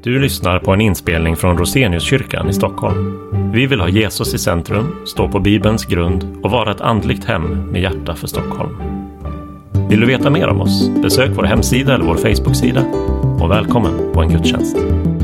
Du lyssnar på en inspelning från Roseniuskyrkan i Stockholm. Vi vill ha Jesus i centrum, stå på Bibelns grund och vara ett andligt hem med hjärta för Stockholm. Vill du veta mer om oss? Besök vår hemsida eller vår Facebook-sida och välkommen på en gudstjänst.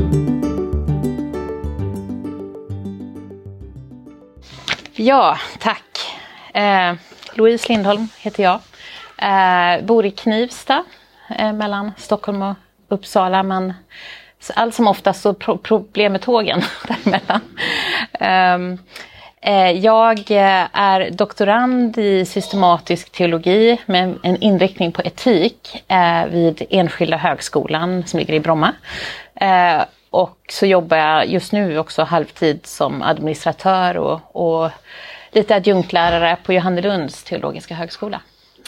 Ja, tack. Louise Lindholm heter jag. Bor i Knivsta mellan Stockholm och Uppsala, men allt som oftast så problem med tågen däremellan. Jag är doktorand i systematisk teologi med en inriktning på etik vid Enskilda högskolan som ligger i Bromma. Och så jobbar jag just nu också halvtid som administratör och lite adjunklärare på Johannelunds teologiska högskola.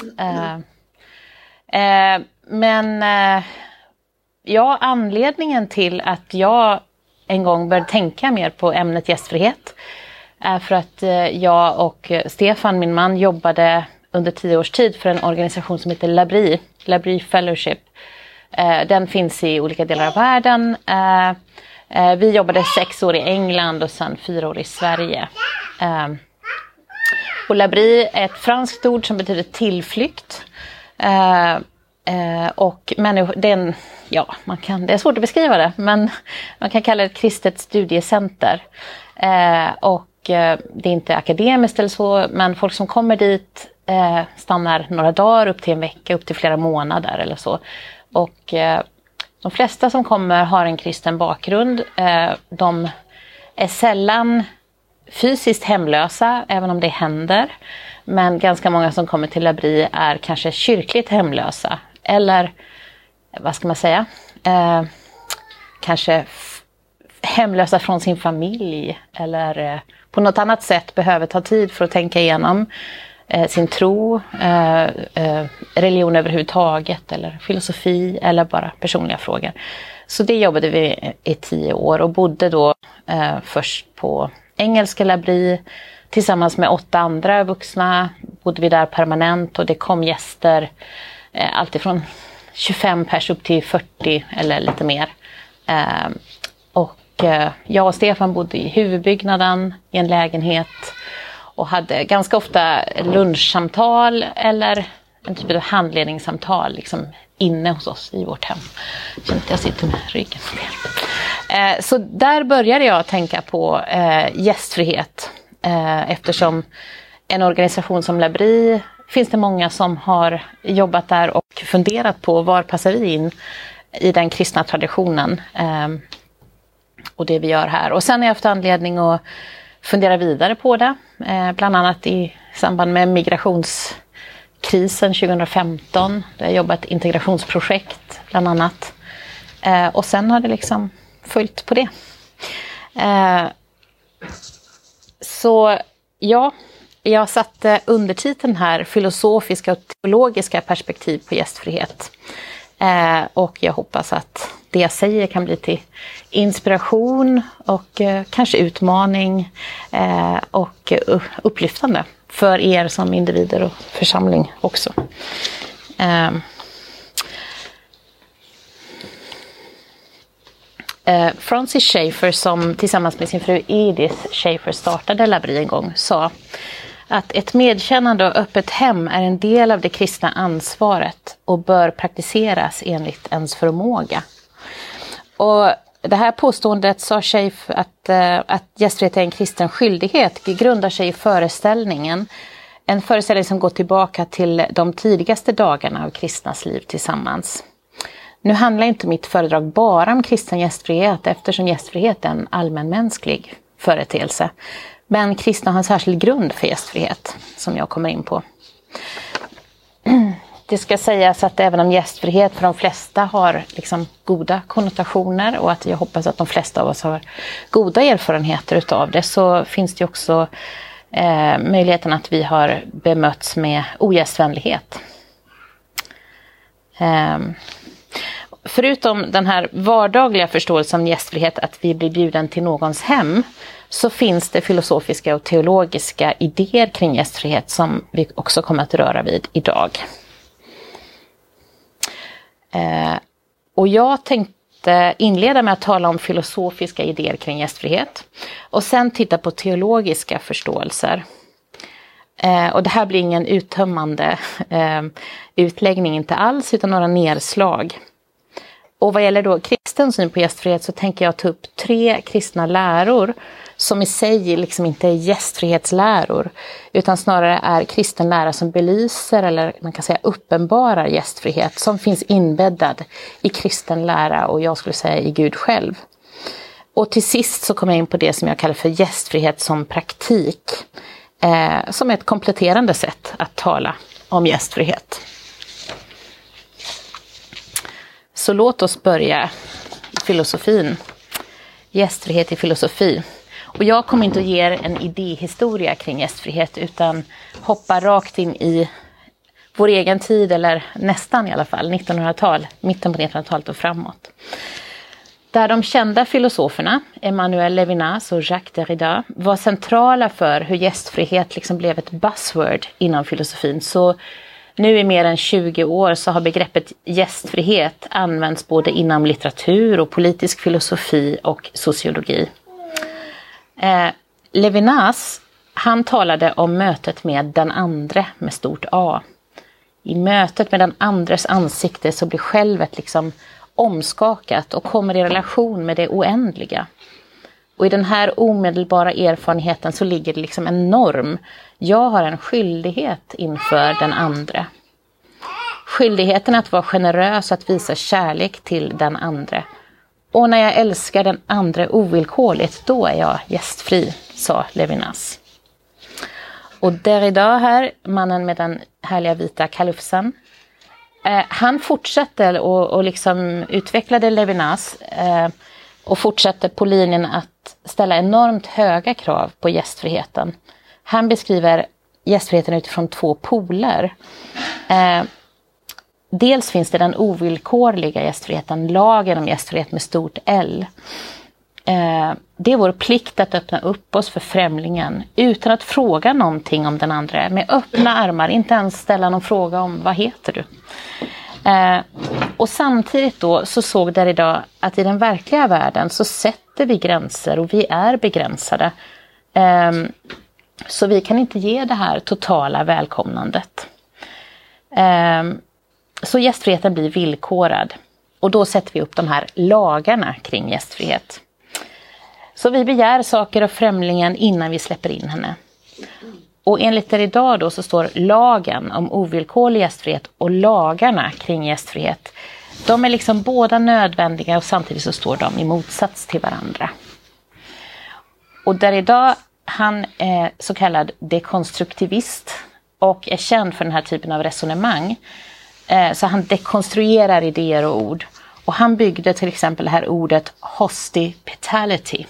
Anledningen till att jag en gång började tänka mer på ämnet gästfrihet är för att jag och Stefan, min man, jobbade under 10 års tid för en organisation som heter Labri Fellowship. Den finns i olika delar av världen. Vi jobbade 6 år i England och sen 4 år i Sverige. Och Labri är ett franskt ord som betyder tillflykt. Och det är svårt att beskriva det, men man kan kalla det ett kristet studiecenter. Det är inte akademiskt eller så, men folk som kommer dit stannar några dagar, upp till en vecka, upp till flera månader eller så. Och de flesta som kommer har en kristen bakgrund. De är sällan fysiskt hemlösa, även om det händer. Men ganska många som kommer till Labri är kanske kyrkligt hemlösa. Eller, vad ska man säga? Kanske hemlösa från sin familj. Eller på något annat sätt behöver ta tid för att tänka igenom sin tro, religion överhuvudtaget, eller filosofi, eller bara personliga frågor. Så det jobbade vi i 10 år och bodde då först på engelska Labri. Tillsammans med 8 andra vuxna bodde vi där permanent, och det kom gäster alltifrån 25 pers upp till 40 eller lite mer. Jag och Stefan bodde i huvudbyggnaden i en lägenhet och hade ganska ofta lunchsamtal eller en typ av handledningssamtal liksom inne hos oss i vårt hem. Jag känner att jag sitter med ryggen. Så där började jag tänka på gästfrihet. Eftersom en organisation som Labri finns det många som har jobbat där och funderat på var passar vi in i den kristna traditionen och det vi gör här. Och sen har jag haft anledning att fundera vidare på det, bland annat i samband med migrationskrisen 2015. Där jag jobbat ett integrationsprojekt bland annat. Och sen har det liksom följt på det. Så ja, jag satte undertiteln här filosofiska och teologiska perspektiv på gästfrihet. Och jag hoppas att det jag säger kan bli till inspiration och kanske utmaning och upplyftande för er som individer och församling också. Francis Schaeffer, som tillsammans med sin fru Edith Schaeffer startade Labri en gång, sa att ett medkännande och öppet hem är en del av det kristna ansvaret och bör praktiseras enligt ens förmåga. Och det här påståendet, sa Schaeffer, att gästfrihet är en kristen skyldighet, grundar sig i föreställningen. En föreställning som går tillbaka till de tidigaste dagarna av kristnas liv tillsammans. Nu handlar inte mitt föredrag bara om kristen gästfrihet, eftersom gästfrihet är en allmänmänsklig företeelse. Men kristna har en särskild grund för gästfrihet, som jag kommer in på. Det ska sägas att även om gästfrihet för de flesta har liksom goda konnotationer, och att jag hoppas att de flesta av oss har goda erfarenheter utav det, så finns det också möjligheten att vi har bemötts med ogästvänlighet. Förutom den här vardagliga förståelsen om gästfrihet, att vi blir bjuden till någons hem, så finns det filosofiska och teologiska idéer kring gästfrihet som vi också kommer att röra vid idag. Och jag inleda med att tala om filosofiska idéer kring gästfrihet och sen titta på teologiska förståelser. Och det här blir ingen uttömmande utläggning, inte alls, utan några nedslag. Och vad gäller då kristen syn på gästfrihet så tänker jag ta upp 3 kristna läror som i sig liksom inte är gästfrihetsläror, utan snarare är kristen lära som belyser, eller man kan säga uppenbarar gästfrihet, som finns inbäddad i kristen lära och jag skulle säga i Gud själv. Och till sist så kommer jag in på det som jag kallar för gästfrihet som praktik, som är ett kompletterande sätt att tala om gästfrihet. Så låt oss börja filosofin. Gästfrihet i filosofi. Och jag kommer inte att ge er en idéhistoria kring gästfrihet utan hoppa rakt in i vår egen tid, eller nästan i alla fall, 1900-tal, mitten på 1900-talet och framåt. Där de kända filosoferna, Emmanuel Levinas och Jacques Derrida, var centrala för hur gästfrihet liksom blev ett buzzword inom filosofin. Så nu i mer än 20 år så har begreppet gästfrihet använts både inom litteratur och politisk filosofi och sociologi. Levinas, han talade om mötet med den andre med stort A. I mötet med den andres ansikte så blir självet liksom omskakat och kommer i relation med det oändliga. Och i den här omedelbara erfarenheten så ligger det liksom en norm. Jag har en skyldighet inför den andre. Skyldigheten att vara generös och att visa kärlek till den andre. Och när jag älskar den andre ovillkorligt, då är jag gästfri, sa Levinas. Och Derrida här, mannen med den härliga vita kalufsen, han fortsatte och liksom utvecklade Levinas och fortsatte på linjen att ställa enormt höga krav på gästfriheten. Han beskriver gästfriheten utifrån 2 poler. Dels finns det den ovillkorliga gästfriheten, lagen om gästfrihet med stort L. Det är vår plikt att öppna upp oss för främlingen utan att fråga någonting om den andra. Med öppna armar, inte ens ställa någon fråga om vad heter du. Och samtidigt då så såg där idag att i den verkliga världen så sätter vi gränser och vi är begränsade. Så vi kan inte ge det här totala välkomnandet. Så gästfriheten blir villkorad. Och då sätter vi upp de här lagarna kring gästfrihet. Så vi begär saker av främlingen innan vi släpper in henne. Och enligt det idag då så står lagen om ovillkorlig gästfrihet och lagarna kring gästfrihet. De är liksom båda nödvändiga och samtidigt så står de i motsats till varandra. Och där idag han är så kallad dekonstruktivist och är känd för den här typen av resonemang. Så han dekonstruerar idéer och ord. Och han byggde till exempel det här ordet hospitality.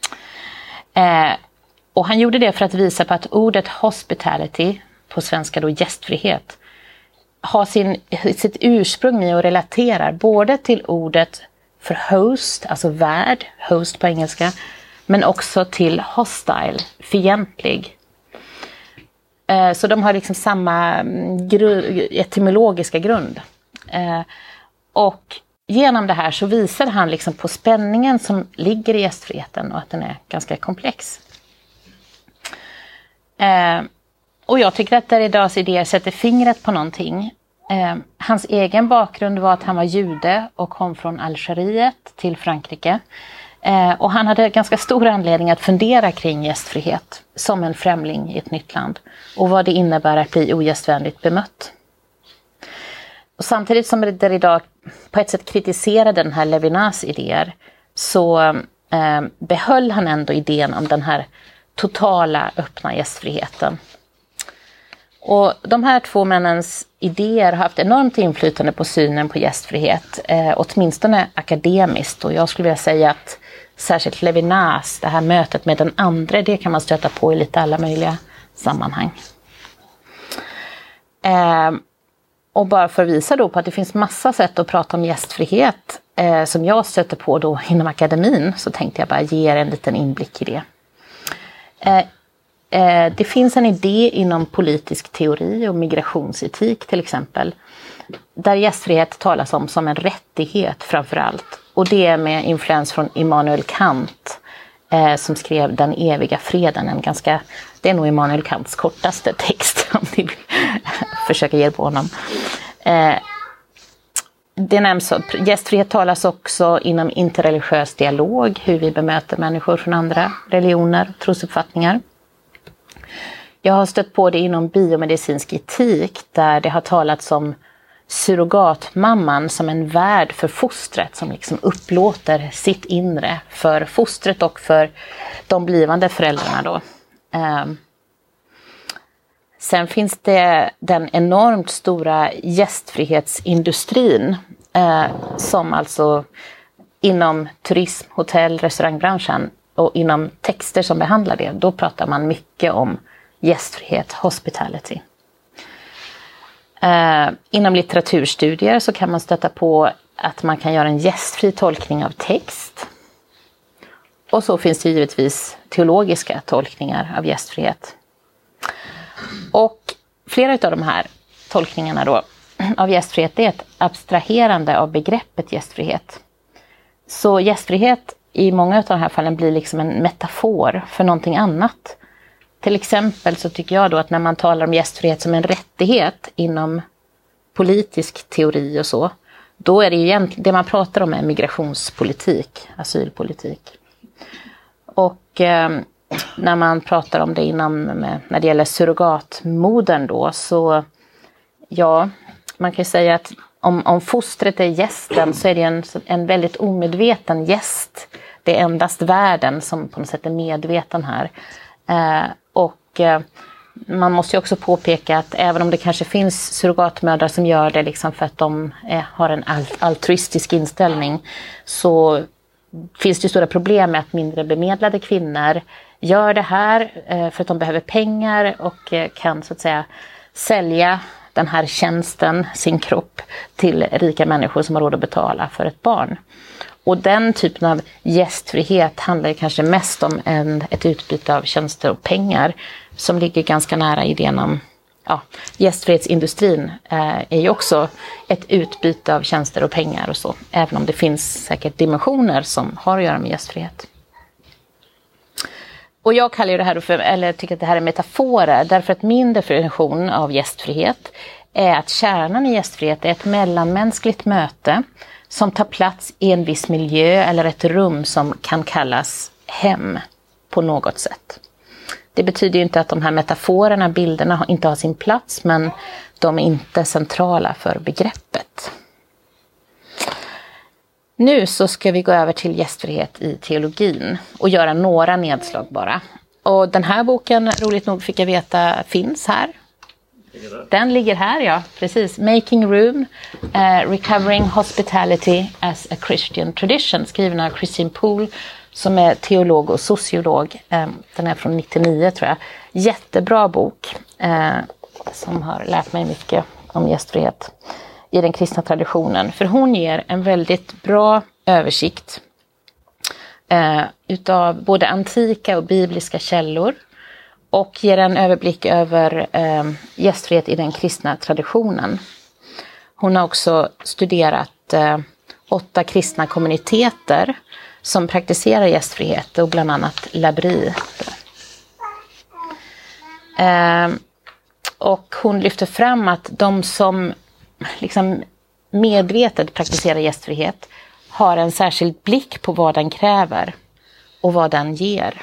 Och han gjorde det för att visa på att ordet hospitality, på svenska då gästfrihet, har sitt ursprung i och relaterar både till ordet för host, alltså värd, host på engelska, men också till hostile, fientlig. Så de har liksom samma etymologiska grund. Och genom det här så visar han liksom på spänningen som ligger i gästfriheten och att den är ganska komplex. Och jag tycker att Derridas idéer sätter fingret på någonting. Hans egen bakgrund var att han var jude och kom från Algeriet till Frankrike. Och han hade ganska stor anledning att fundera kring gästfrihet som en främling i ett nytt land. Och vad det innebär att bli ogästvänligt bemött. Och samtidigt som Derrida på ett sätt kritiserade den här Levinas idéer så behöll han ändå idén om den här totala öppna gästfriheten. Och de här 2 männens idéer har haft enormt inflytande på synen på gästfrihet, åtminstone akademiskt. Och jag skulle vilja säga att särskilt Levinas, det här mötet med den andra, det kan man stöta på i lite alla möjliga sammanhang. Och bara för att visa då på att det finns massa sätt att prata om gästfrihet som jag stöter på då inom akademin, så tänkte jag bara ge er en liten inblick i det. Det finns en idé inom politisk teori och migrationsetik till exempel, där gästfrihet talas om som en rättighet framför allt Och det är med influens från Immanuel Kant som skrev Den eviga freden. Det är nog Immanuel Kants kortaste text om ni vill försöka ge på honom. Det nämns att gästfrihet talas också inom interreligiös dialog, hur vi bemöter människor från andra religioner, trosuppfattningar. Jag har stött på det inom biomedicinsk etik där det har talats om surrogatmamman som en värd för fostret som liksom upplåter sitt inre för fostret och för de blivande föräldrarna då. Sen finns det den enormt stora gästfrihetsindustrin som alltså inom turism, hotell, restaurangbranschen och inom texter som behandlar det, då pratar man mycket om gästfrihet, hospitality. Inom litteraturstudier så kan man stöta på att man kan göra en gästfri tolkning av text. Och så finns det givetvis teologiska tolkningar av gästfrihet. Och flera av de här tolkningarna då av gästfrihet, det är ett abstraherande av begreppet gästfrihet. Så gästfrihet i många av de här fallen blir liksom en metafor för någonting annat. Till exempel så tycker jag då att när man talar om gästfrihet som en rättighet inom politisk teori och så, då är det ju egentligen det man pratar om är migrationspolitik, asylpolitik. Och när man pratar om det när det gäller surrogatmodern då, så ja, man kan ju säga att om fostret är gästen så är det en väldigt omedveten gäst. Det är endast världen som på något sätt är medveten här. Och man måste ju också påpeka att även om det kanske finns surrogatmödrar som gör det liksom för att de har en altruistisk inställning, så finns det stora problem med att mindre bemedlade kvinnor gör det här för att de behöver pengar och kan så att säga sälja den här tjänsten, sin kropp, till rika människor som har råd att betala för ett barn. Och den typen av gästfrihet handlar kanske mest om ett utbyte av tjänster och pengar som ligger ganska nära idén om gästfrihetsindustrin är ju också ett utbyte av tjänster och pengar och så. Även om det finns säkert dimensioner som har att göra med gästfrihet. Och jag kallar ju det här eller tycker att det här är metaforer, därför att min definition av gästfrihet är att kärnan i gästfrihet är ett mellanmänskligt möte som tar plats i en viss miljö eller ett rum som kan kallas hem på något sätt. Det betyder ju inte att de här metaforerna, bilderna inte har sin plats, men de är inte centrala för begreppet. Nu så ska vi gå över till gästfrihet i teologin och göra några nedslag bara. Och den här boken, roligt nog fick jag veta, finns här. Den ligger här, ja, precis. Making Room, Recovering Hospitality as a Christian Tradition, skriven av Christine Poole, som är teolog och sociolog. Den är från 99 tror jag. Jättebra bok som har lärt mig mycket om gästfrihet i den kristna traditionen. För hon ger en väldigt bra översikt utav både antika och bibliska källor. Och ger en överblick över gästfrihet i den kristna traditionen. Hon har också studerat 8 kristna kommuniteter som praktiserar gästfrihet och bland annat L'Abri. Och hon lyfter fram att de som liksom medvetet praktiserar gästfrihet har en särskild blick på vad den kräver och vad den ger.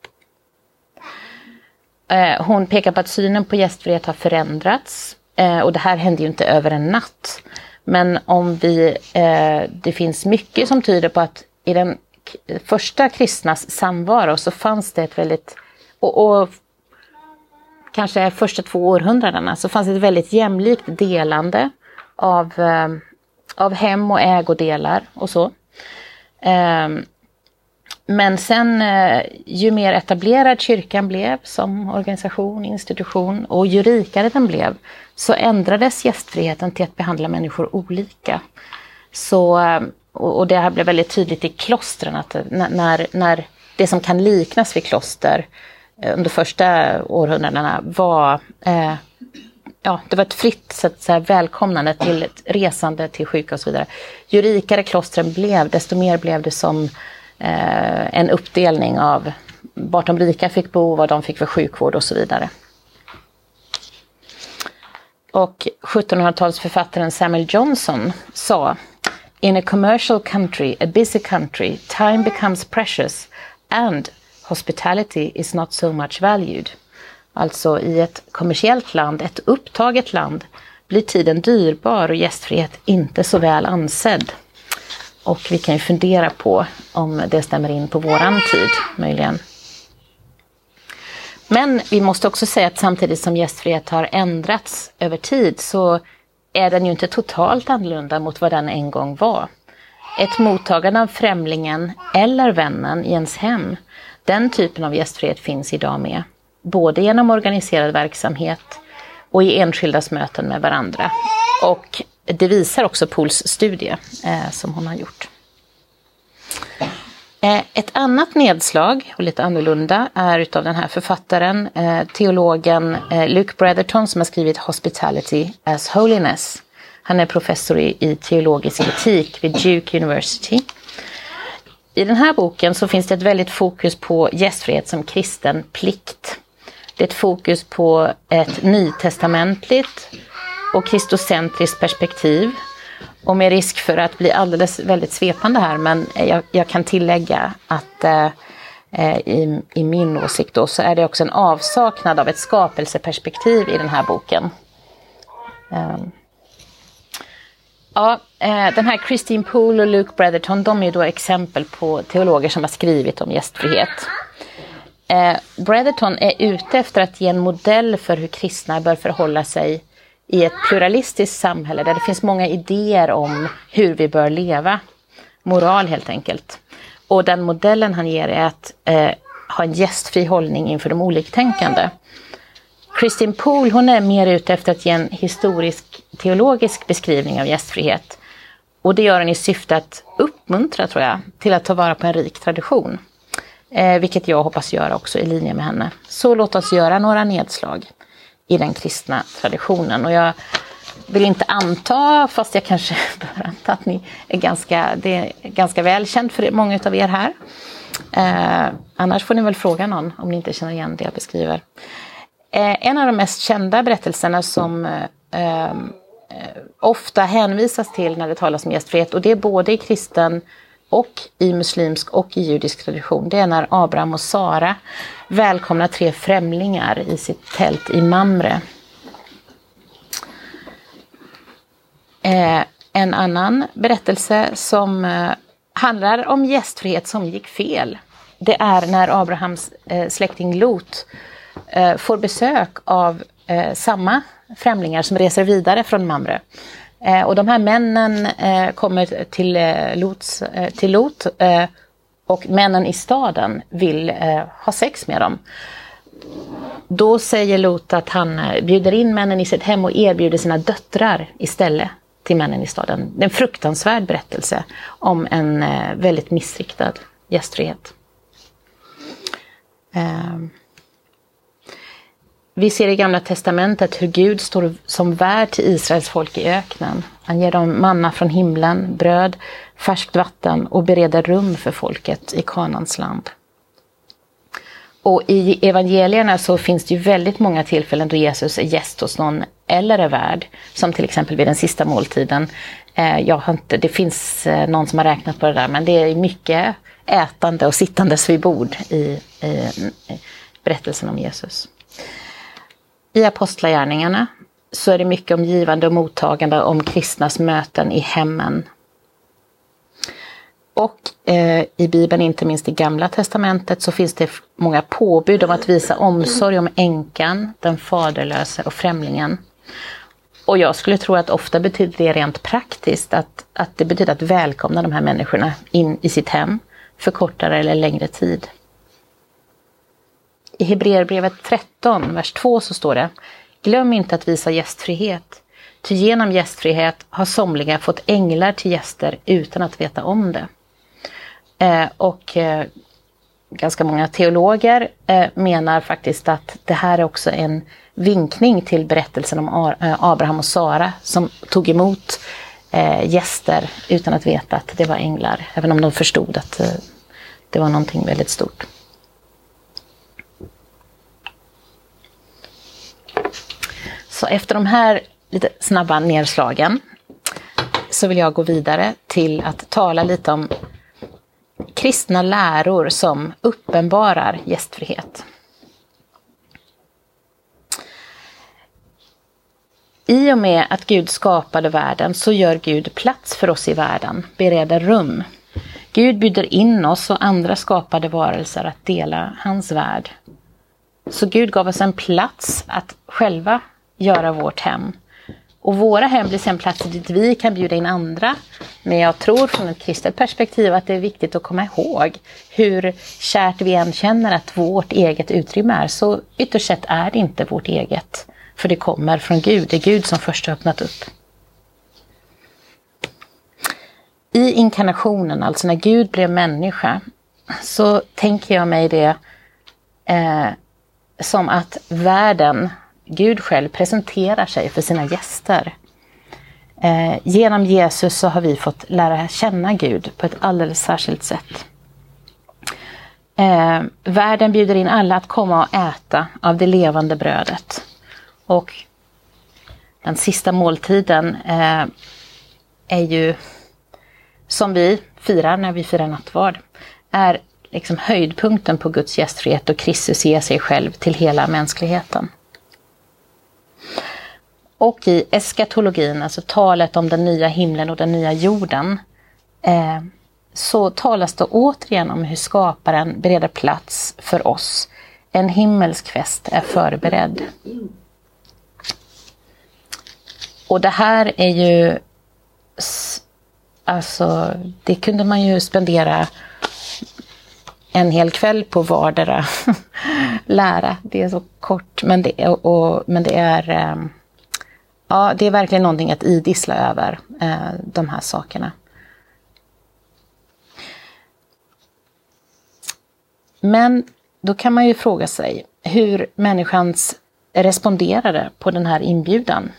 Hon pekar på att synen på gästfrihet har förändrats och det här händer ju inte över en natt. Men det finns mycket som tyder på att i den första kristnas samvaro så fanns det ett väldigt, och kanske första 2 århundradena så fanns det ett väldigt jämlikt delande av hem och ägodelar och så. Men sen ju mer etablerad kyrkan blev som organisation, institution och ju rikare den blev så ändrades gästfriheten till att behandla människor olika. Och det här blev väldigt tydligt i klostren att när det som kan liknas vid kloster under första århundradena var det var ett fritt sätt, så här, välkomnande till ett resande till sjuka och så vidare. Ju rikare klostren blev, desto mer blev det som en uppdelning av vart de rika fick bo, vad de fick för sjukvård och så vidare. Och 1700-talsförfattaren Samuel Johnson sa: "In a commercial country, a busy country, time becomes precious and hospitality is not so much valued." Alltså i ett kommersiellt land, ett upptaget land, blir tiden dyrbar och gästfrihet inte så väl ansedd. Och vi kan ju fundera på om det stämmer in på våran tid, möjligen. Men vi måste också säga att samtidigt som gästfrihet har ändrats över tid så är den ju inte totalt annorlunda mot vad den en gång var. Ett mottagande av främlingen eller vännen i ens hem, den typen av gästfrihet finns idag med. Både genom organiserad verksamhet och i enskildas möten med varandra. Och det visar också Pools studie som hon har gjort. Ett annat nedslag, och lite annorlunda, är utav den här författaren, teologen Luke Bretherton, som har skrivit Hospitality as Holiness. Han är professor i teologisk etik vid Duke University. I den här boken så finns det ett väldigt fokus på gästfrihet som kristen plikt. Det är ett fokus på ett nytestamentligt och kristocentriskt perspektiv. Och med risk för att bli alldeles väldigt svepande här, men jag kan tillägga att i min åsikt då, så är det också en avsaknad av ett skapelseperspektiv i den här boken. Den här Christine Poole och Luke Bretherton, de är då exempel på teologer som har skrivit om gästfrihet. Bretherton är ute efter att ge en modell för hur kristna bör förhålla sig i ett pluralistiskt samhälle där det finns många idéer om hur vi bör leva. Moral helt enkelt. Och den modellen han ger är att ha en gästfri hållning inför de oliktänkande. Christine Poole, hon är mer ute efter att ge en historisk teologisk beskrivning av gästfrihet. Och det gör hon i syfte att uppmuntra, tror jag, till att ta vara på en rik tradition. Vilket jag hoppas göra också i linje med henne. Så låt oss göra några nedslag i den kristna traditionen. Och jag vill inte anta, fast jag kanske bör anta att det är ganska välkänt för många av er här. Annars får ni väl fråga någon om ni inte känner igen det jag beskriver. En av de mest kända berättelserna som ofta hänvisas till när det talas om gästfrihet, och det är både i kristen och i muslimsk och i judisk tradition, det är när Abraham och Sara välkomnar 3 främlingar i sitt tält i Mamre. En annan berättelse som handlar om gästfrihet som gick fel, det är när Abrahams släkting Lot får besök av samma främlingar som reser vidare från Mamre. Och de här männen kommer till Lot och männen i staden vill ha sex med dem. Då säger Lot att han bjuder in männen i sitt hem och erbjuder sina döttrar istället till männen i staden. Det är en fruktansvärd berättelse om en väldigt missriktad gästfrihet. Vi ser i Gamla testamentet hur Gud står som värd till Israels folk i öknen. Han ger dem manna från himlen, bröd, färskt vatten och bereder rum för folket i Kanans land. Och i evangelierna så finns det ju väldigt många tillfällen då Jesus är gäst hos någon eller är värd. Som till exempel vid den sista måltiden. Det finns någon som har räknat på det där, men det är mycket ätande och sittandes vid bord i berättelsen om Jesus. I apostlagärningarna så är det mycket om givande och mottagande, om kristnas möten i hemmen. Och i Bibeln, inte minst i Gamla testamentet, så finns det många påbud om att visa omsorg om änkan, den faderlösa och främlingen. Och jag skulle tro att ofta betyder det rent praktiskt att det betyder att välkomna de här människorna in i sitt hem för kortare eller längre tid. I Hebreerbrevet 13, vers 2 så står det: glöm inte att visa gästfrihet. Ty genom gästfrihet har somliga fått änglar till gäster utan att veta om det. ganska många teologer menar faktiskt att det här är också en vinkning till berättelsen om Abraham och Sara som tog emot gäster utan att veta att det var änglar, även om de förstod att det var någonting väldigt stort. Så efter de här lite snabba nedslagen så vill jag gå vidare till att tala lite om kristna läror som uppenbarar gästfrihet. I och med att Gud skapade världen så gör Gud plats för oss i världen, bereder rum. Gud bjuder in oss och andra skapade varelser att dela hans värld. Så Gud gav oss en plats att själva göra vårt hem. Och våra hem blir sen platser dit vi kan bjuda in andra. Men jag tror från ett kristet perspektiv att det är viktigt att komma ihåg hur kärt vi än känner att vårt eget utrymme är. Så ytterst sett är det inte vårt eget. För det kommer från Gud. Det är Gud som först har öppnat upp. I inkarnationen, alltså när Gud blev människa, så tänker jag mig det som att världen, Gud själv, presenterar sig för sina gäster. Genom Jesus så har vi fått lära känna Gud på ett alldeles särskilt sätt. Världen bjuder in alla att komma och äta av det levande brödet. Och den sista måltiden är ju, som vi firar när vi firar nattvard, är liksom höjdpunkten på Guds gästfrihet och Kristus ger sig själv till hela mänskligheten. Och i eskatologin, alltså talet om den nya himlen och den nya jorden, så talas det återigen om hur skaparen bereder plats för oss. En himmelsk fest är förberedd. Och det här är ju, alltså det kunde man ju spendera en hel kväll på vardera lära. Det är så kort, men det är ja, det är verkligen någonting att idissla över de här sakerna. Men då kan man ju fråga sig hur människan responderade på den här inbjudan.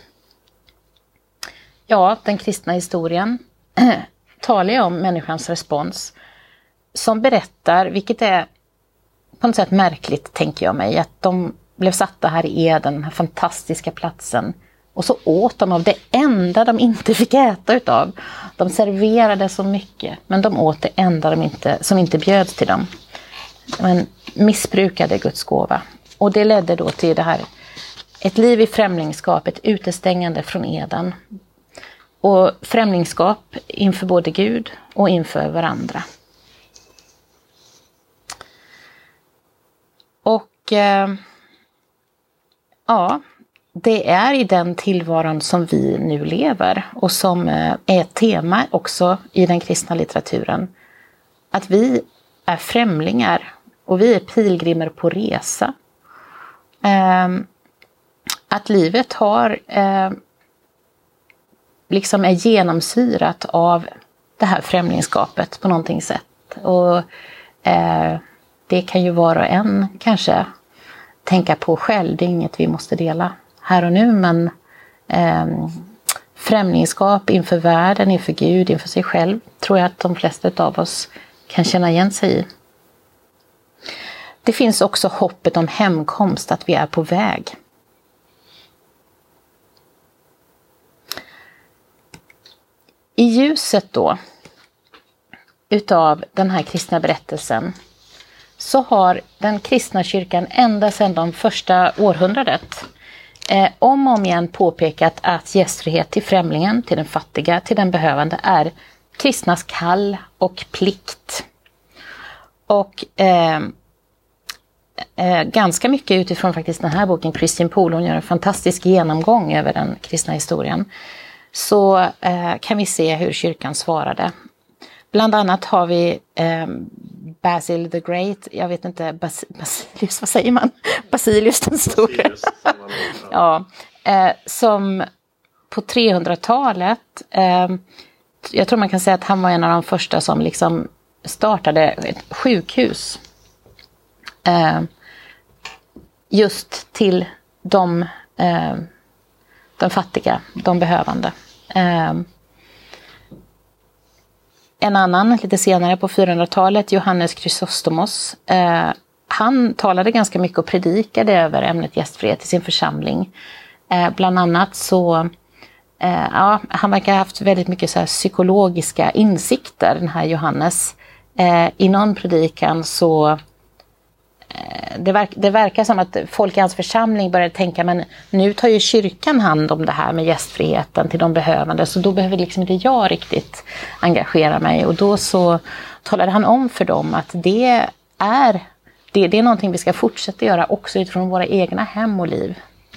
Ja, den kristna historien talar ju om människans respons som berättar, vilket är på något sätt märkligt tänker jag mig, att de blev satta här i Eden, den här fantastiska platsen, och så åt de av det enda de inte fick äta utav. De serverade så mycket, men de åt det enda som inte bjöds till dem. Men missbrukade Guds gåva. Och det ledde då till det här, ett liv i främlingskap, ett utestängande från Eden. Och främlingskap inför både Gud och inför varandra. Och ja, det är i den tillvaron som vi nu lever och som är ett tema också i den kristna litteraturen. Att vi är främlingar och vi är pilgrimer på resa. Att livet har liksom är genomsyrat av det här främlingskapet på någonting sätt. Och det kan ju var och en kanske tänka på själv. Det är inget vi måste dela här och nu, men främlingskap inför världen, inför Gud, inför sig själv tror jag att de flesta av oss kan känna igen sig i. Det finns också hoppet om hemkomst, att vi är på väg. I ljuset då utav den här kristna berättelsen så har den kristna kyrkan ända sedan de första århundradet om och om igen påpekat att gästfrihet till främlingen, till den fattiga, till den behövande är kristnas kall och plikt. Och ganska mycket utifrån faktiskt den här boken, Christian Pohl, hon gör en fantastisk genomgång över den kristna historien, så kan vi se hur kyrkan svarade. Bland annat har vi Basil the Great, jag vet inte, Basilius, vad säger man? Basilius den store. Ja, som på 300-talet, jag tror man kan säga att han var en av de första som liksom startade ett sjukhus just till de fattiga, de behövande. En annan lite senare på 400-talet, Johannes Chrysostomos, han talade ganska mycket och predikade över ämnet gästfrihet i sin församling. Bland annat så, han verkar ha haft väldigt mycket så här psykologiska insikter, den här Johannes. I någon predikan så, det verkar som att folk i hans församling började tänka, men nu tar ju kyrkan hand om det här med gästfriheten till de behövande, så då behöver liksom inte jag riktigt engagera mig. Och då så talade han om för dem att det är någonting vi ska fortsätta göra också utifrån våra egna hem och liv.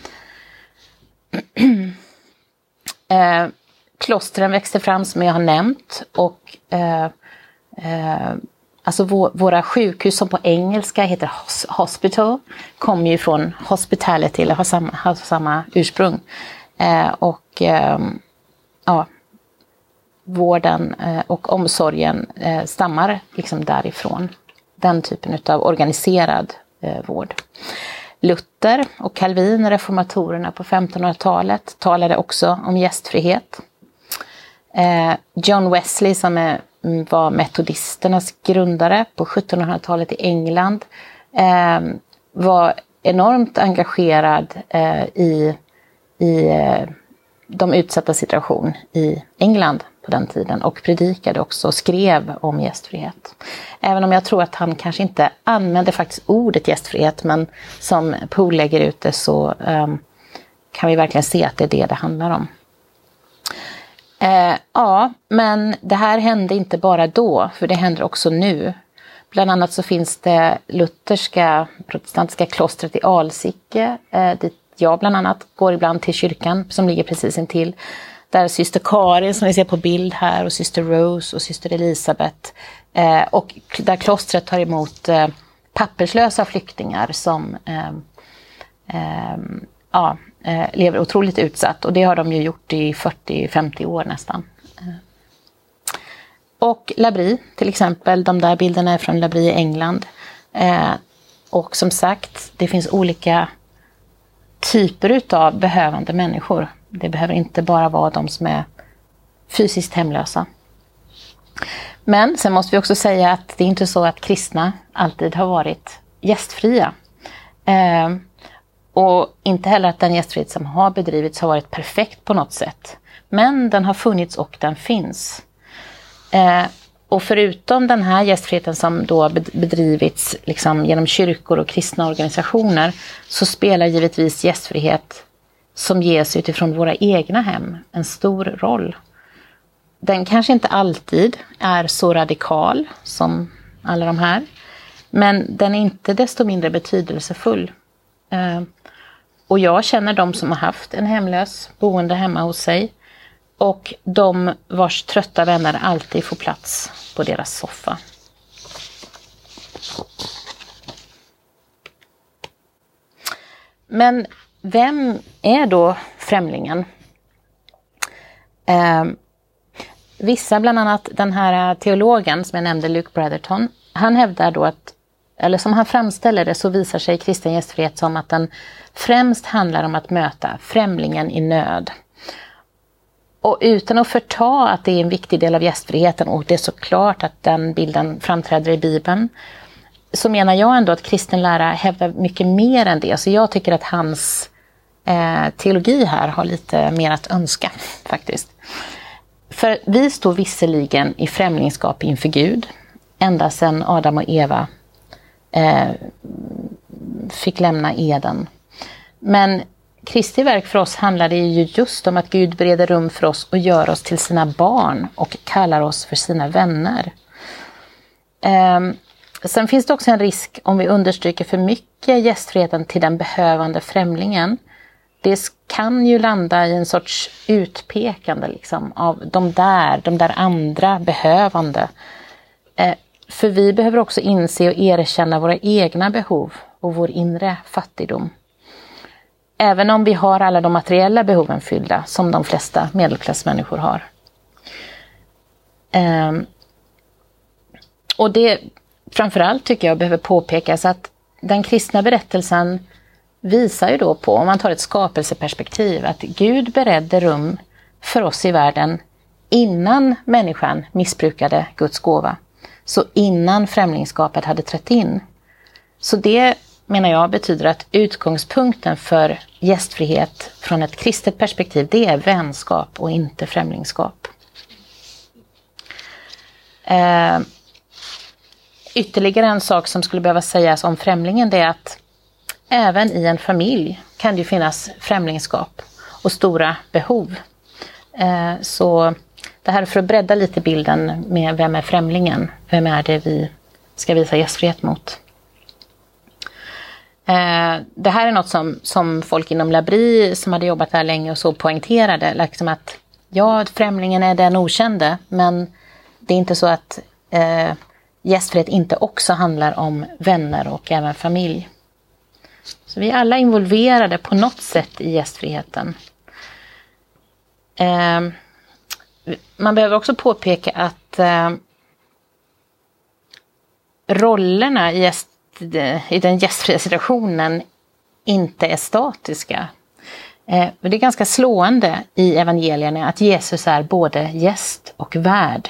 Klostren växte fram som jag har nämnt, och alltså våra sjukhus som på engelska heter hospital kommer ju från hospitality, eller har samma ursprung. Vården och omsorgen stammar liksom därifrån. Den typen av organiserad vård. Luther och Calvin, reformatorerna på 1500-talet, talade också om gästfrihet. John Wesley, som var metodisternas grundare på 1700-talet i England, var enormt engagerad i de utsatta situation i England på den tiden, och predikade också och skrev om gästfrihet. Även om jag tror att han kanske inte använde faktiskt ordet gästfrihet, men som Poole lägger ut det så kan vi verkligen se att det är det handlar om. Men det här hände inte bara då, för det händer också nu. Bland annat så finns det lutherska protestantiska klostret i Alsike, dit jag bland annat går ibland till kyrkan som ligger precis intill. Där syster Karin som vi ser på bild här, och syster Rose och syster Elisabeth. Och där klostret tar emot papperslösa flyktingar som lever otroligt utsatt. Och det har de ju gjort i 40-50 år nästan. Och L'Abri till exempel, de där bilderna är från L'Abri i England. Och som sagt, det finns olika typer utav behövande människor. Det behöver inte bara vara de som är fysiskt hemlösa. Men sen måste vi också säga att det är inte så att kristna alltid har varit gästfria. Och inte heller att den gästfrihet som har bedrivits har varit perfekt på något sätt. Men den har funnits och den finns. Och förutom den här gästfriheten som då bedrivits liksom genom kyrkor och kristna organisationer, så spelar givetvis gästfrihet som ges utifrån våra egna hem en stor roll. Den kanske inte alltid är så radikal som alla de här, men den är inte desto mindre betydelsefull. Och jag känner de som har haft en hemlös boende hemma hos sig, och de vars trötta vänner alltid får plats på deras soffa. Men vem är då främlingen? Vissa, bland annat den här teologen som jag nämnde, Luke Bretherton, han hävdar då att, eller som han framställer det, så visar sig kristen gästfrihet som att den främst handlar om att möta främlingen i nöd. Och utan att förta att det är en viktig del av gästfriheten, och det är såklart att den bilden framträder i Bibeln, så menar jag ändå att kristen lära hävdar mycket mer än det. Så jag tycker att hans teologi här har lite mer att önska faktiskt. För vi står visserligen i främlingskap inför Gud ända sedan Adam och Eva fick lämna Eden. Men Kristi verk för oss handlar det ju just om att Gud bereder rum för oss och gör oss till sina barn och kallar oss för sina vänner. Sen finns det också en risk om vi understryker för mycket gästfriheten till den behövande främlingen. Det kan ju landa i en sorts utpekande liksom, av de där andra behövande. För vi behöver också inse och erkänna våra egna behov och vår inre fattigdom. Även om vi har alla de materiella behoven fyllda som de flesta medelklassmänniskor har. Och det framförallt tycker jag behöver påpekas att den kristna berättelsen visar ju då på, om man tar ett skapelseperspektiv, att Gud beredde rum för oss i världen innan människan missbrukade Guds gåva. Så innan främlingskapet hade trätt in. Så det, menar jag, betyder att utgångspunkten för gästfrihet från ett kristet perspektiv, det är vänskap och inte främlingskap. Ytterligare en sak som skulle behöva sägas om främlingen, det är att även i en familj kan det finnas främlingskap och stora behov. Så det här är för att bredda lite bilden med vem är främlingen? Vem är det vi ska visa gästfrihet mot? Det här är något som folk inom Labri som hade jobbat där länge och så poängterade. Liksom att ja, främlingen är den okände, men det är inte så att gästfrihet inte också handlar om vänner och även familj. Så vi är alla involverade på något sätt i gästfriheten. Man behöver också påpeka att rollerna i den gästfria situationen inte är statiska. Det är ganska slående i evangelierna att Jesus är både gäst och värd.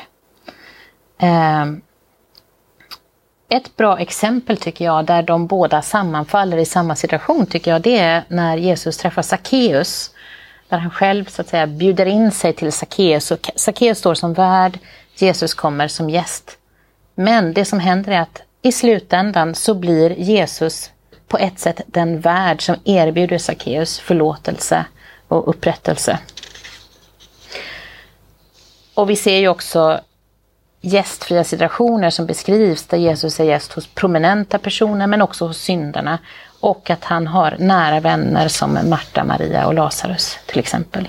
Ett bra exempel tycker jag, där de båda sammanfaller i samma situation, tycker jag, det är när Jesus träffar Sackeus. Där han själv så att säga bjuder in sig till Sackeus. Och Sackeus står som värd, Jesus kommer som gäst. Men det som händer är att i slutändan så blir Jesus på ett sätt den värd som erbjuder Sackeus förlåtelse och upprättelse. Och vi ser ju också gästfria situationer som beskrivs där Jesus är gäst hos prominenta personer men också hos syndarna. Och att han har nära vänner som Marta, Maria och Lazarus till exempel.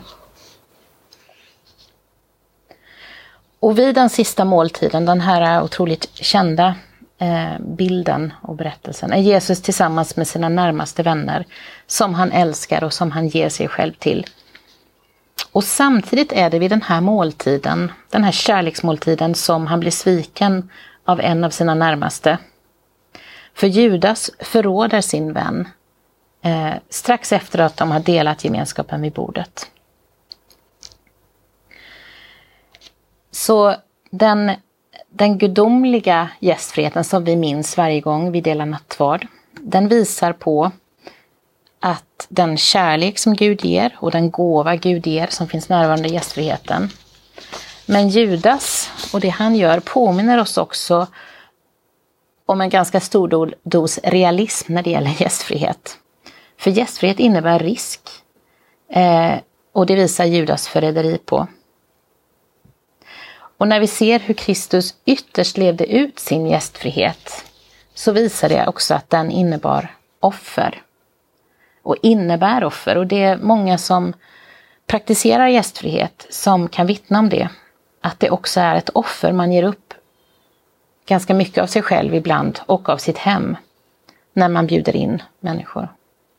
Och vid den sista måltiden, den här otroligt kända bilden och berättelsen, är Jesus tillsammans med sina närmaste vänner som han älskar och som han ger sig själv till. Och samtidigt är det vid den här måltiden, den här kärleksmåltiden, som han blir sviken av en av sina närmaste. För Judas förråder sin vän strax efter att de har delat gemenskapen vid bordet. Så den gudomliga gästfriheten som vi minns varje gång vi delar nattvard, den visar på att den kärlek som Gud ger och den gåva Gud ger som finns närvarande i gästfriheten. Men Judas och det han gör påminner oss också om en ganska stor dos realism när det gäller gästfrihet. För gästfrihet innebär risk. Och det visar Judas förräderi på. Och när vi ser hur Kristus ytterst levde ut sin gästfrihet, så visar det också att den innebar offer. Och innebär offer. Och det är många som praktiserar gästfrihet som kan vittna om det. Att det också är ett offer, man ger upp ganska mycket av sig själv ibland och av sitt hem när man bjuder in människor.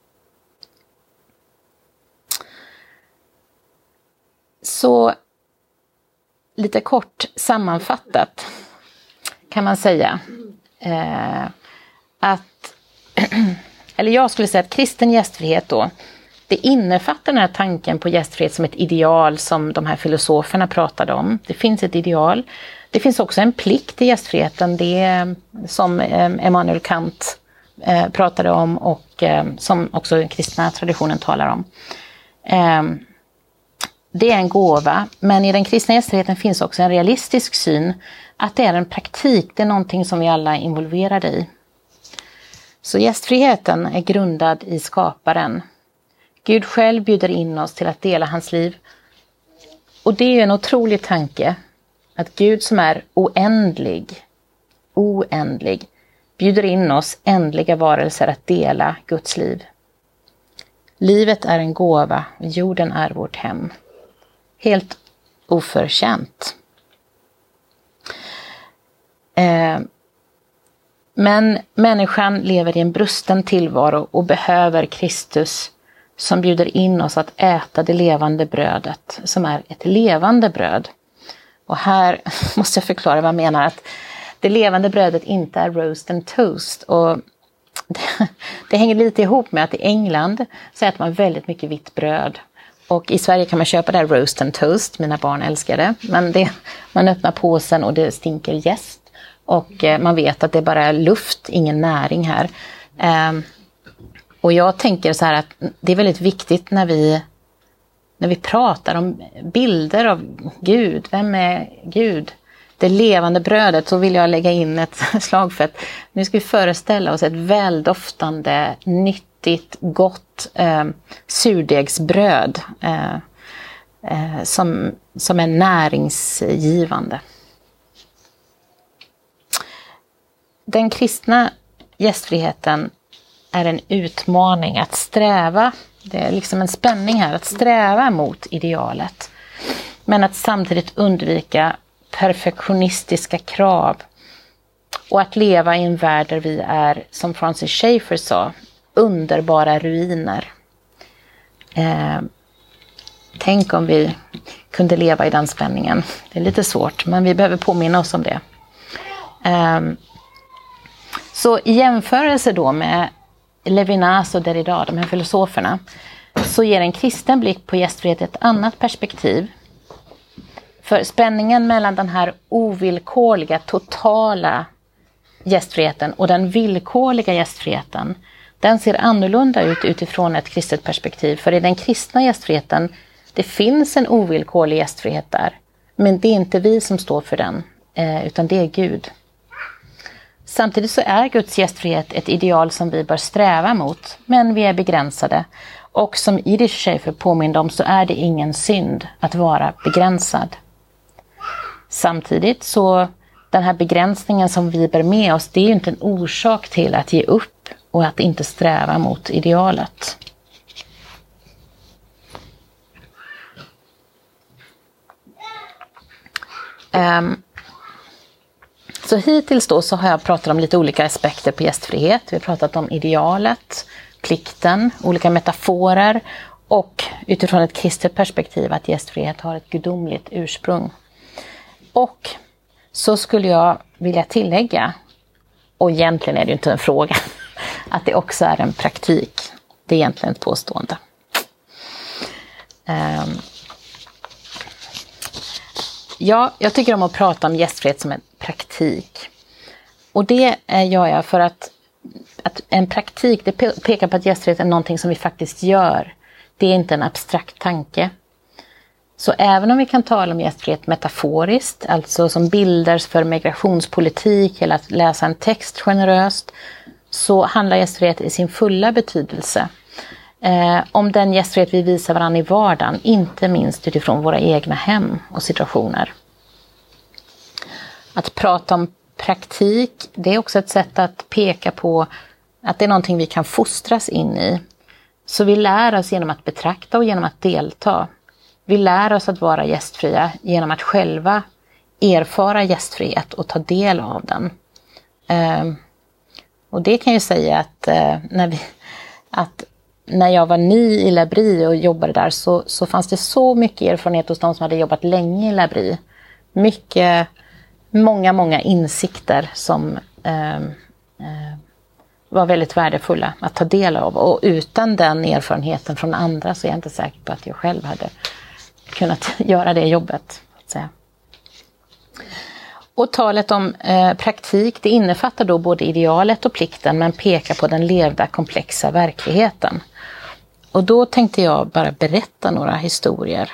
Så lite kort sammanfattat kan man säga att, eller jag skulle säga att kristen gästfrihet då, det innefattar den här tanken på gästfrihet som ett ideal som de här filosoferna pratade om. Det finns ett ideal. Det finns också en plikt i gästfriheten, det som Immanuel Kant pratade om och som också den kristna traditionen talar om. Det är en gåva, men i den kristna gästfriheten finns också en realistisk syn att det är en praktik, det är någonting som vi alla är involverade i. Så gästfriheten är grundad i skaparen. Gud själv bjuder in oss till att dela hans liv. Och det är en otrolig tanke att Gud som är oändlig, bjuder in oss ändliga varelser att dela Guds liv. Livet är en gåva, jorden är vårt hem. Helt oförtjänt. Men människan lever i en brusten tillvaro och behöver Kristus som bjuder in oss att äta det levande brödet, som är ett levande bröd. Och här måste jag förklara vad jag menar, att det levande brödet inte är roast and toast. Och det hänger lite ihop med att i England så äter man väldigt mycket vitt bröd. Och i Sverige kan man köpa det här roast and toast, mina barn älskar det. Men man öppnar påsen och det stinker jäst. Och man vet att det är bara luft, ingen näring här. Och jag tänker så här att det är väldigt viktigt när vi pratar om bilder av Gud. Vem är Gud? Det levande brödet, så vill jag lägga in ett slag för att nu ska vi föreställa oss ett väldoftande, nyttigt, gott surdegsbröd som är näringsgivande. Den kristna gästfriheten är en utmaning att sträva. Det är liksom en spänning här, att sträva mot idealet. Men att samtidigt undvika perfektionistiska krav. Och att leva i en värld där vi är, som Francis Schaeffer sa, underbara ruiner. Tänk om vi kunde leva i den spänningen. Det är lite svårt, men vi behöver påminna oss om det. Så i jämförelse då med Levinas och Derrida, de här filosoferna, så ger en kristen blick på gästfrihet ett annat perspektiv. För spänningen mellan den här ovillkorliga, totala gästfriheten och den villkorliga gästfriheten, den ser annorlunda ut utifrån ett kristet perspektiv. För i den kristna gästfriheten, det finns en ovillkorlig gästfrihet där. Men det är inte vi som står för den, utan det är Gud. Samtidigt så är Guds gästfrihet ett ideal som vi bör sträva mot, men vi är begränsade. Och som Idris Schäfer påminner om så är det ingen synd att vara begränsad. Samtidigt så den här begränsningen som vi bär med oss, det är ju inte en orsak till att ge upp och att inte sträva mot idealet. Så hittills då så har jag pratat om lite olika aspekter på gästfrihet. Vi har pratat om idealet, plikten, olika metaforer och utifrån ett kristet perspektiv att gästfrihet har ett gudomligt ursprung. Och så skulle jag vilja tillägga, och egentligen är det ju inte en fråga, att det också är en praktik. Det är egentligen ett påstående. Ja, jag tycker om att prata om gästfrihet som en praktik. Och det gör jag för att en praktik, det pekar på att gästfrihet är någonting som vi faktiskt gör. Det är inte en abstrakt tanke. Så även om vi kan tala om gästfrihet metaforiskt, alltså som bilder för migrationspolitik eller att läsa en text generöst, så handlar gästfrihet i sin fulla betydelse om den gästfrihet vi visar varandra i vardagen, inte minst utifrån våra egna hem och situationer. Att prata om praktik, det är också ett sätt att peka på att det är någonting vi kan fostras in i. Så vi lär oss genom att betrakta och genom att delta. Vi lär oss att vara gästfria genom att själva erfara gästfrihet och ta del av den. Och det kan ju säga att när jag var ny i Labri och jobbade där så fanns det så mycket erfarenhet hos de som hade jobbat länge i Labri. Många insikter som var väldigt värdefulla att ta del av. Och utan den erfarenheten från andra så är jag inte säker på att jag själv hade kunnat göra det jobbet. Så att säga. Och talet om praktik, det innefattar då både idealet och plikten, men pekar på den levda komplexa verkligheten. Och då tänkte jag bara berätta några historier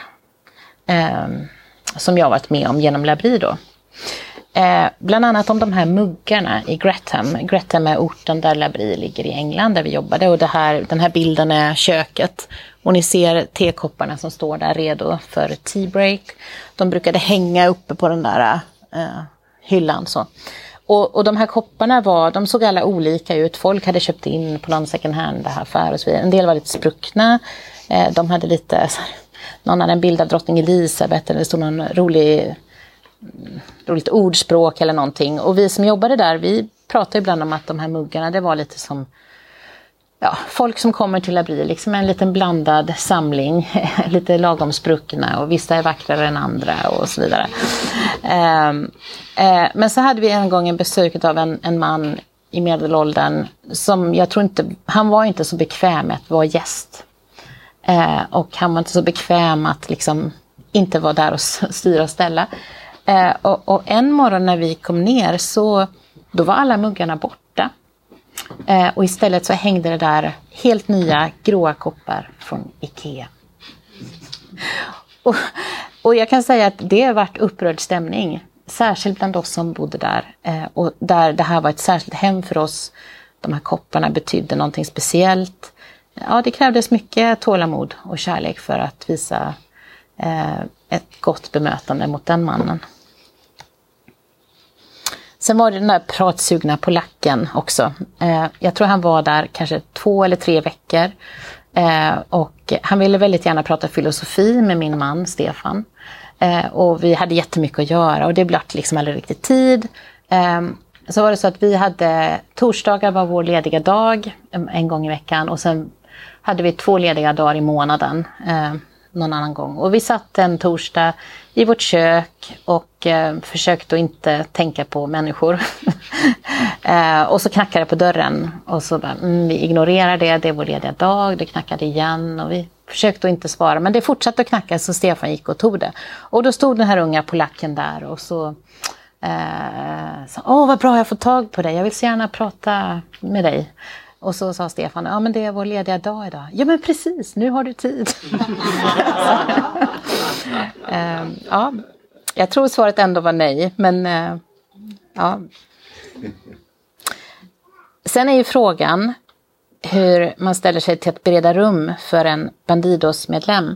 som jag varit med om genom Labri då. Bland annat om de här muggarna i Gretham. Gretham är orten där Labri ligger i England där vi jobbade. Och den här bilden är köket. Och ni ser tekopparna som står där redo för tea break. De brukade hänga uppe på den där hyllan. Så. Och de här kopparna de såg alla olika ut. Folk hade köpt in på någon second hand affär och så vidare. En del var lite spruckna. De hade lite, någon hade en bild av drottning Elisabeth eller det stod någon roligt ordspråk eller någonting. Och vi som jobbade där, vi pratade ibland om att de här muggarna, det var lite som folk som kommer till Labri, liksom en liten blandad samling, lite lagom spruckna och vissa är vackrare än andra och så vidare. Men så hade vi en gång en besök av en man i medelåldern som jag tror inte, han var inte så bekväm med att vara gäst. Och han var inte så bekväm att liksom inte vara där och styra och ställa. Och en morgon när vi kom ner så då var alla muggarna borta. Och istället så hängde det där helt nya gråa koppar från Ikea. Och jag kan säga att det har varit upprörd stämning. Särskilt bland oss som bodde där. Och där det här var ett särskilt hem för oss. De här kopparna betydde någonting speciellt. Ja, det krävdes mycket tålamod och kärlek för att visa ett gott bemötande mot den mannen. Sen var det den där pratsugna polacken också. Jag tror han var där kanske 2 eller 3 veckor. Och han ville väldigt gärna prata filosofi med min man Stefan. Och vi hade jättemycket att göra och det blev liksom aldrig riktigt tid. Så var det så att vi hade torsdagar var vår lediga dag en gång i veckan. Och sen hade vi 2 lediga dagar i månaden någon annan gång. Och vi satt en torsdag i vårt kök och försökte att inte tänka på människor. Och så knackade det på dörren och så bara, vi ignorerar det är vår lediga dag. Det knackade igen och vi försökte att inte svara. Men det fortsatte att knacka så Stefan gick och tog det. Och då stod den här unga polacken där och så vad bra jag får tag på dig. Jag vill så gärna prata med dig. Och så sa Stefan, ja men det är vår lediga dag idag. Ja men precis, nu har du tid. Ja, jag tror svaret ändå var nej. Men ja. Sen är ju frågan hur man ställer sig till att bereda rum för en Bandidos-medlem.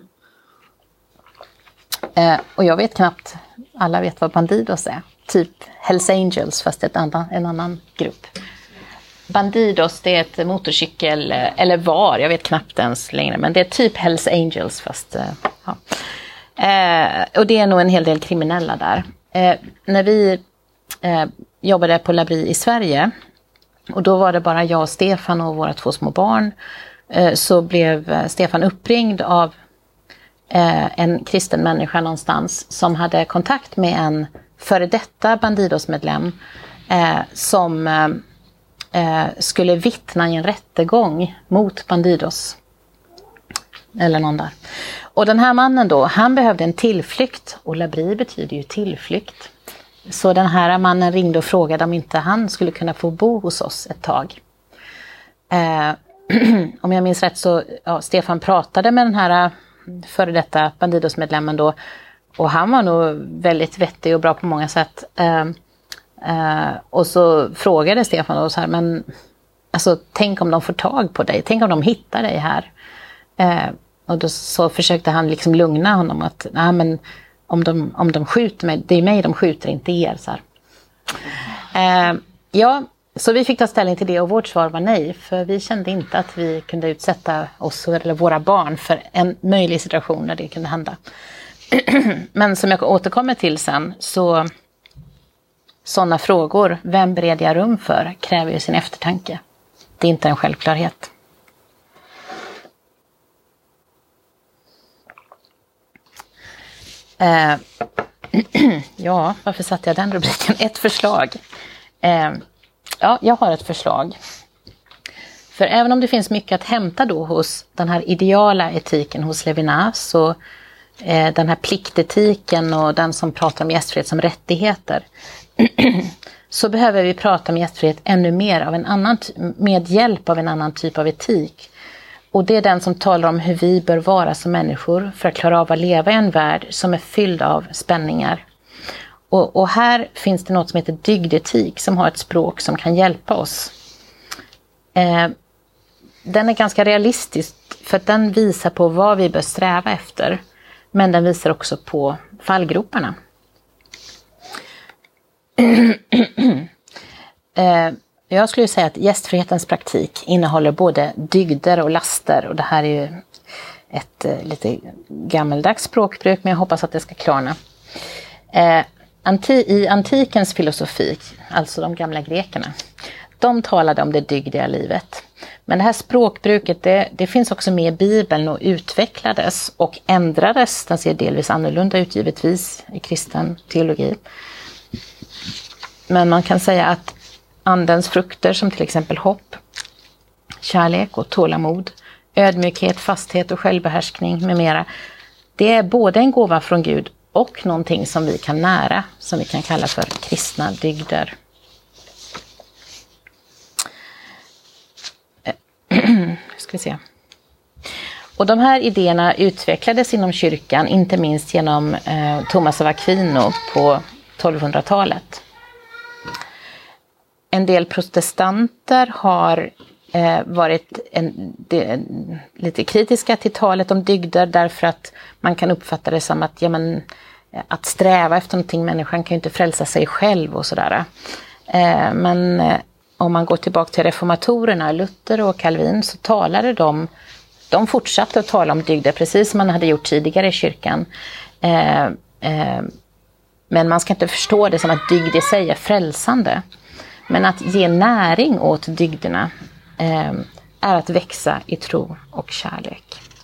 Och jag vet knappt, alla vet vad Bandidos är. Typ Hells Angels fast en annan grupp. Bandidos, det är ett motorcykel, eller var, jag vet knappt ens längre, men det är typ Hells Angels fast, ja. Och det är nog en hel del kriminella där. När vi jobbade på Labri i Sverige, och då var det bara jag och Stefan och våra 2 små barn, så blev Stefan uppringd av en kristen människa någonstans som hade kontakt med en före detta Bandidos-medlem som skulle vittna i en rättegång mot Bandidos. Eller någon där. Och den här mannen då, han behövde en tillflykt. Och Labri betyder ju tillflykt. Så den här mannen ringde och frågade om inte han skulle kunna få bo hos oss ett tag. Om jag minns rätt så, Stefan pratade med den här före detta Bandidos-medlemmen då. Och han var nog väldigt vettig och bra på många sätt. Och så frågade Stefan då så här, men alltså, tänk om de får tag på dig, tänk om de hittar dig här. Och då så försökte han liksom lugna honom att nej, men om de skjuter mig, det är mig de skjuter, inte er. Så här. Ja, så vi fick ta ställning till det och vårt svar var nej, för vi kände inte att vi kunde utsätta oss eller våra barn för en möjlig situation när det kunde hända. Men som jag återkommer till sen så sådana frågor, vem bereder jag rum för, kräver ju sin eftertanke. Det är inte en självklarhet. Ja, varför satte jag den rubriken? Ett förslag. Ja, jag har ett förslag. För även om det finns mycket att hämta då hos den här ideala etiken hos Levinas, så den här pliktetiken och den som pratar om gästfrihet som rättigheter, så behöver vi prata om gästfrihet ännu mer av en annan, med hjälp av en annan typ av etik. Och det är den som talar om hur vi bör vara som människor för att klara av att leva i en värld som är fylld av spänningar. Och här finns det något som heter dygdetik som har ett språk som kan hjälpa oss. Den är ganska realistisk för att den visar på vad vi bör sträva efter. Men den visar också på fallgroparna. Jag skulle säga att gästfrihetens praktik innehåller både dygder och laster. Och det här är ju ett lite gammeldags språkbruk, men jag hoppas att det ska klarna. I antikens filosofi, alltså de gamla grekerna, de talade om det dygdiga livet. Men det här språkbruket, det finns också med i Bibeln och utvecklades och ändrades. Den ser delvis annorlunda ut givetvis i kristen teologi. Men man kan säga att andens frukter som till exempel hopp, kärlek och tålamod, ödmjukhet, fasthet och självbehärskning med mera. Det är både en gåva från Gud och någonting som vi kan nära, som vi kan kalla för kristna dygder. Ska vi se. Och de här idéerna utvecklades inom kyrkan, inte minst genom Thomas av Aquino på 1200-talet. En del protestanter har varit lite kritiska till talet om dygder, därför att man kan uppfatta det som att, att sträva efter någonting, människan kan ju inte frälsa sig själv och sådär. Men om man går tillbaka till reformatorerna, Luther och Calvin, så talade de fortsatte att tala om dygder precis som man hade gjort tidigare i kyrkan. Men man ska inte förstå det som att dygd i sig är frälsande. Men att ge näring åt dygderna är att växa i tro och kärlek.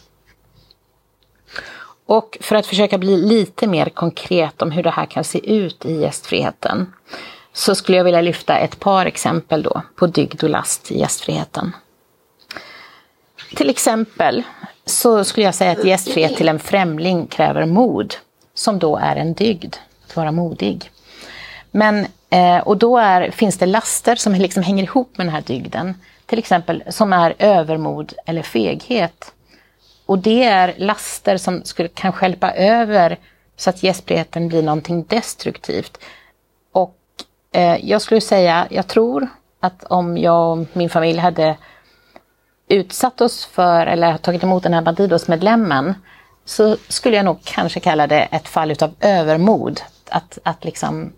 Och för att försöka bli lite mer konkret om hur det här kan se ut i gästfriheten, så skulle jag vilja lyfta ett par exempel då på dygd och last i gästfriheten. Till exempel så skulle jag säga att gästfrihet till en främling kräver mod, som då är en dygd, att vara modig. Men, och då finns det laster som liksom hänger ihop med den här dygden, till exempel som är övermod eller feghet. Och det är laster som kan stjälpa över så att gästfriheten blir någonting destruktivt. Och jag skulle säga, jag tror att om jag och min familj hade utsatt oss för eller tagit emot den här Bandidos-medlemmen, så skulle jag nog kanske kalla det ett fall utav övermod. Att liksom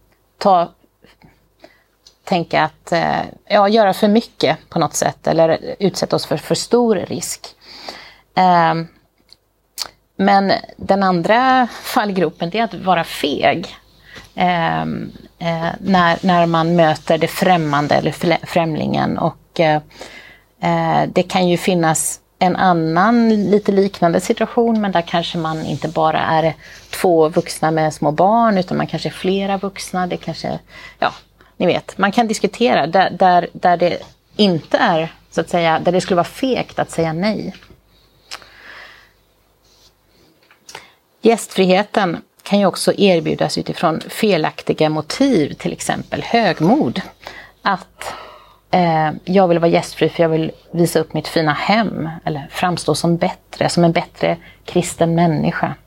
tänka att göra för mycket på något sätt, eller utsätta oss för stor risk. Men den andra fallgropen, det är att vara feg. När man möter det främmande eller främlingen, och det kan ju finnas en annan lite liknande situation, men där kanske man inte bara är 2 vuxna med små barn, utan man kanske är flera vuxna. Det kanske, ni vet, man kan diskutera där det inte är, så att säga, där det skulle vara fegt att säga nej. Gästfriheten kan ju också erbjudas utifrån felaktiga motiv, till exempel högmod. Att jag vill vara gästfri för jag vill visa upp mitt fina hem, eller framstå som en bättre kristen människa.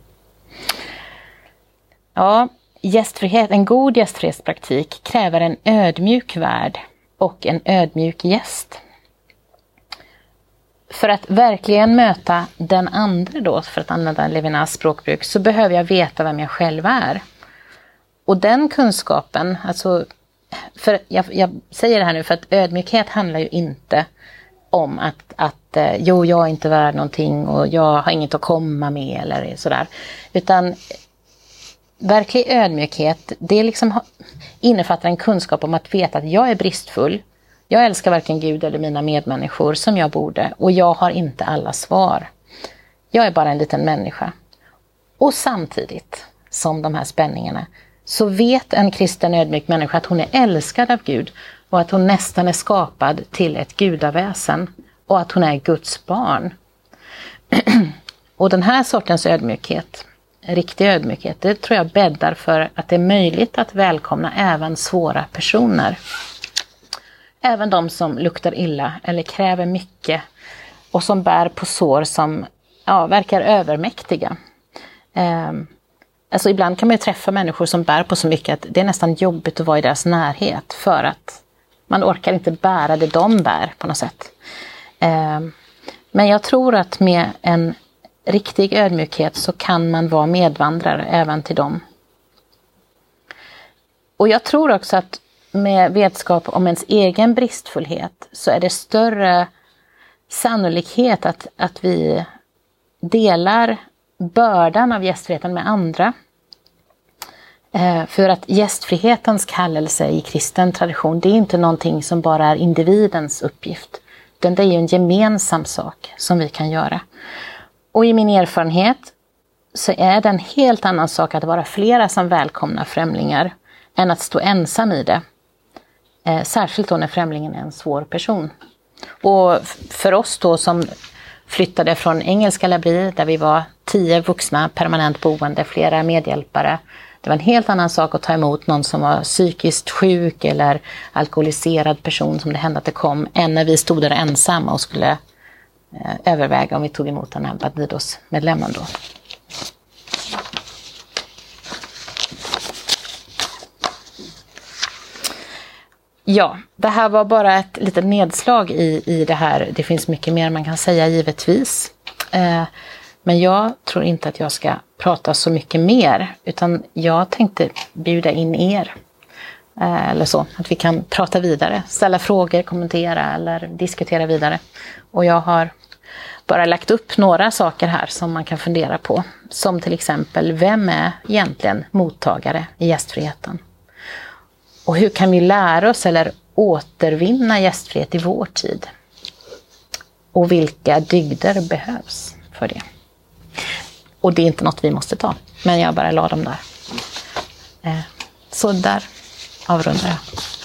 Ja, en god gästfrihetspraktik kräver en ödmjuk värd och en ödmjuk gäst. För att verkligen möta den andra då, för att använda Levinas språkbruk, så behöver jag veta vem jag själv är. Och den kunskapen, alltså, för jag säger det här nu för att ödmjukhet handlar ju inte om att jag är inte värd någonting och jag har inget att komma med eller sådär. Utan verklig ödmjukhet, det liksom innefattar en kunskap om att veta att jag är bristfull. Jag älskar varken Gud eller mina medmänniskor som jag borde, och jag har inte alla svar. Jag är bara en liten människa. Och samtidigt som de här spänningarna, så vet en kristen ödmjuk människa att hon är älskad av Gud, och att hon nästan är skapad till ett gudaväsen, och att hon är Guds barn. Och den här sortens ödmjukhet, riktig ödmjukhet, det tror jag bäddar för att det är möjligt att välkomna även svåra personer. Även de som luktar illa eller kräver mycket och som bär på sår som verkar övermäktiga. Alltså ibland kan man ju träffa människor som bär på så mycket att det är nästan jobbigt att vara i deras närhet, för att man orkar inte bära det de bär på något sätt. Men jag tror att med en riktig ödmjukhet så kan man vara medvandrare även till dem. Och jag tror också att med vetskap om ens egen bristfullhet så är det större sannolikhet att vi delar bördan av gästfriheten med andra. För att gästfrihetens kallelse i kristen tradition, det är inte någonting som bara är individens uppgift. Det är ju en gemensam sak som vi kan göra. Och i min erfarenhet så är det en helt annan sak att vara flera som välkomnar främlingar än att stå ensam i det. Särskilt då när främlingen är en svår person. Och för oss då som flyttade från Engelska Labri, där vi var 10 vuxna permanent boende, flera medhjälpare. Det var en helt annan sak att ta emot någon som var psykiskt sjuk eller alkoholiserad person, som det hände att det kom, än när vi stod där ensamma och skulle överväga om vi tog emot den här Bardidos-medlemmen då. Ja, det här var bara ett litet nedslag i det här. Det finns mycket mer man kan säga givetvis. Men jag tror inte att jag ska prata så mycket mer, utan jag tänkte bjuda in er. Eller så, att vi kan prata vidare, ställa frågor, kommentera eller diskutera vidare. Och jag har bara lagt upp några saker här som man kan fundera på. Som till exempel, vem är egentligen mottagare i gästfriheten? Och hur kan vi lära oss eller återvinna gästfrihet i vår tid? Och vilka dygder behövs för det? Och det är inte något vi måste ta, men jag bara la dem där. Så där avrundar jag.